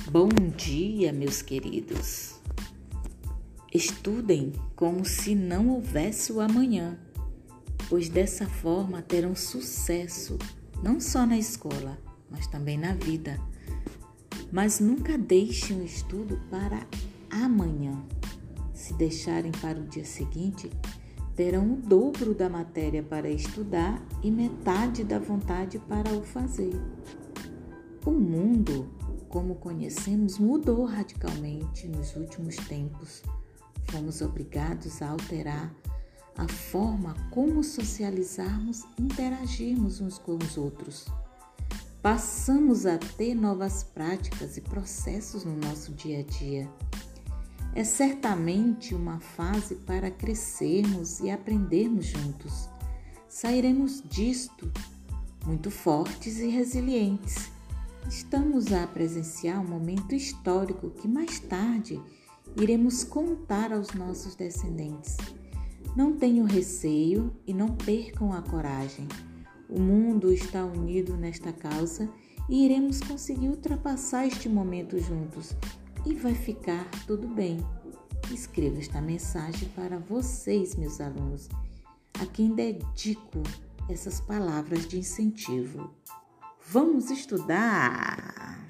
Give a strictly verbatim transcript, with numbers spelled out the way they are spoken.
Bom dia, meus queridos. Estudem como se não houvesse o amanhã, pois dessa forma terão sucesso, não só na escola, mas também na vida. Mas nunca deixem o estudo para amanhã. Se deixarem para o dia seguinte, terão o dobro da matéria para estudar e metade da vontade para o fazer. O mundo, como conhecemos, mudou radicalmente nos últimos tempos. Fomos obrigados a alterar a forma como socializarmos e interagirmos uns com os outros. Passamos a ter novas práticas e processos no nosso dia a dia. É certamente uma fase para crescermos e aprendermos juntos. Sairemos disto muito fortes e resilientes. Estamos a presenciar um momento histórico que mais tarde iremos contar aos nossos descendentes. Não tenham receio e não percam a coragem. O mundo está unido nesta causa e iremos conseguir ultrapassar este momento juntos e vai ficar tudo bem. Escreva esta mensagem para vocês, meus alunos, a quem dedico essas palavras de incentivo. Vamos estudar!